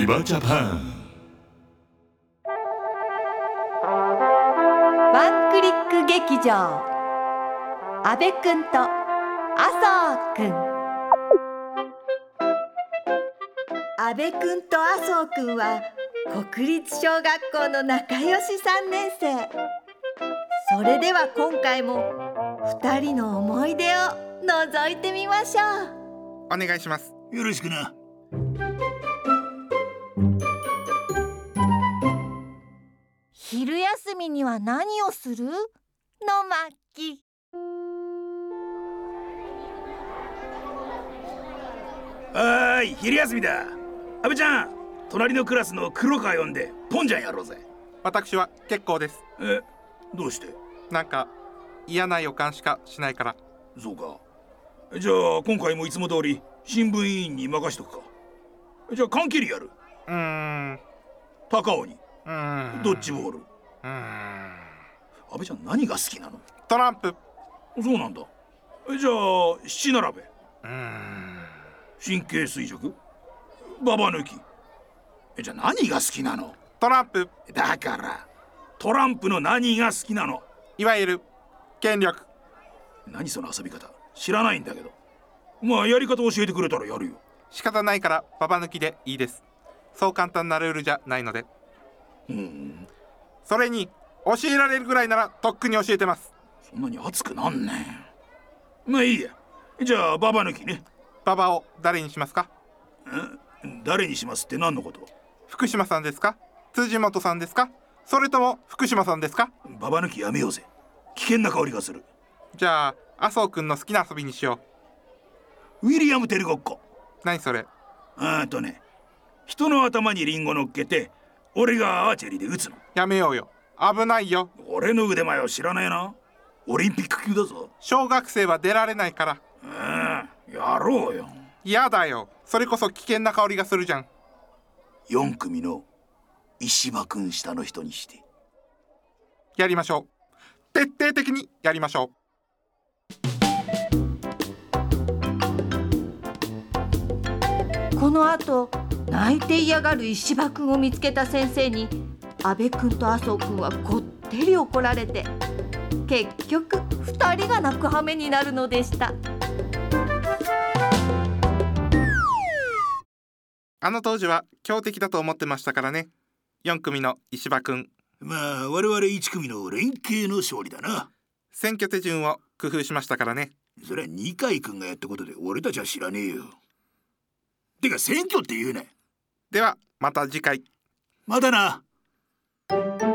バジャパン。 ワンクリック劇場、阿部くんと麻生くん。阿部くんと麻生くんは国立小学校の仲良し3年生。それでは今回も2人の思い出を覗いてみましょお願いします。 よろしくな。 昼休みには何をするの巻。 はーい、昼休みだ。阿部ちゃん、隣のクラスの黒川呼んでポンジャンやろうぜ。 私は結構です。 どうして？ なんか嫌な予感しかしないから。 そうか。じゃあ今回もいつも通り新聞委員に任しとくか。じゃあ缶切りやる？高尾に？ドッジボール？阿部ちゃん何が好きなの？ トランプ。 そうなんだ。じゃあ七並べ？神経衰弱？ババ抜き？じゃあ何が好きなの？ トランプ。 だからトランプの何が好きなの？ いわゆる権力。 何その遊び方、知らないんだけど。まあやり方教えてくれたらやるよ。 仕方ないからババ抜きでいいです。そう簡単なルールじゃないので。それに教えられるぐらいならとっくに教えてます。 そんなに熱くなんねん。まあいいや。じゃあババ抜きね。 ババを誰にしますか？ 誰にしますって何のこと？ 福島さんですか？辻本さんですか？それとも福島さんですか？ ババ抜きやめようぜ。危険な香りがする。 じゃあ麻生くんの好きな遊びにしよう。ウィリアムテルごっこ。 何それ？ 人の頭にリンゴ乗っけて俺がアーチェリーで撃つの。 やめようよ、危ないよ。 俺の腕前を知らねえな。オリンピック級だぞ。 小学生は出られないから。 やろうよ。 やだよ、それこそ危険な香りがするじゃん。 4組の石場くん下の人にしてやりましょう。徹底的にやりましょう。 この後、泣いて嫌がる石場くんを見つけた先生に阿部くんと麻生くんはこってり怒られて、結局2人が泣く羽目になるのでした。 あの当時は強敵だと思ってましたからね。4組の石場くん。 まあ我々1組の連携の勝利だな。 選挙手順を工夫しましたからね。 それは二階くんがやったことで俺たちは知らねえよ。てか選挙って言うね。 ではまた次回。 またな。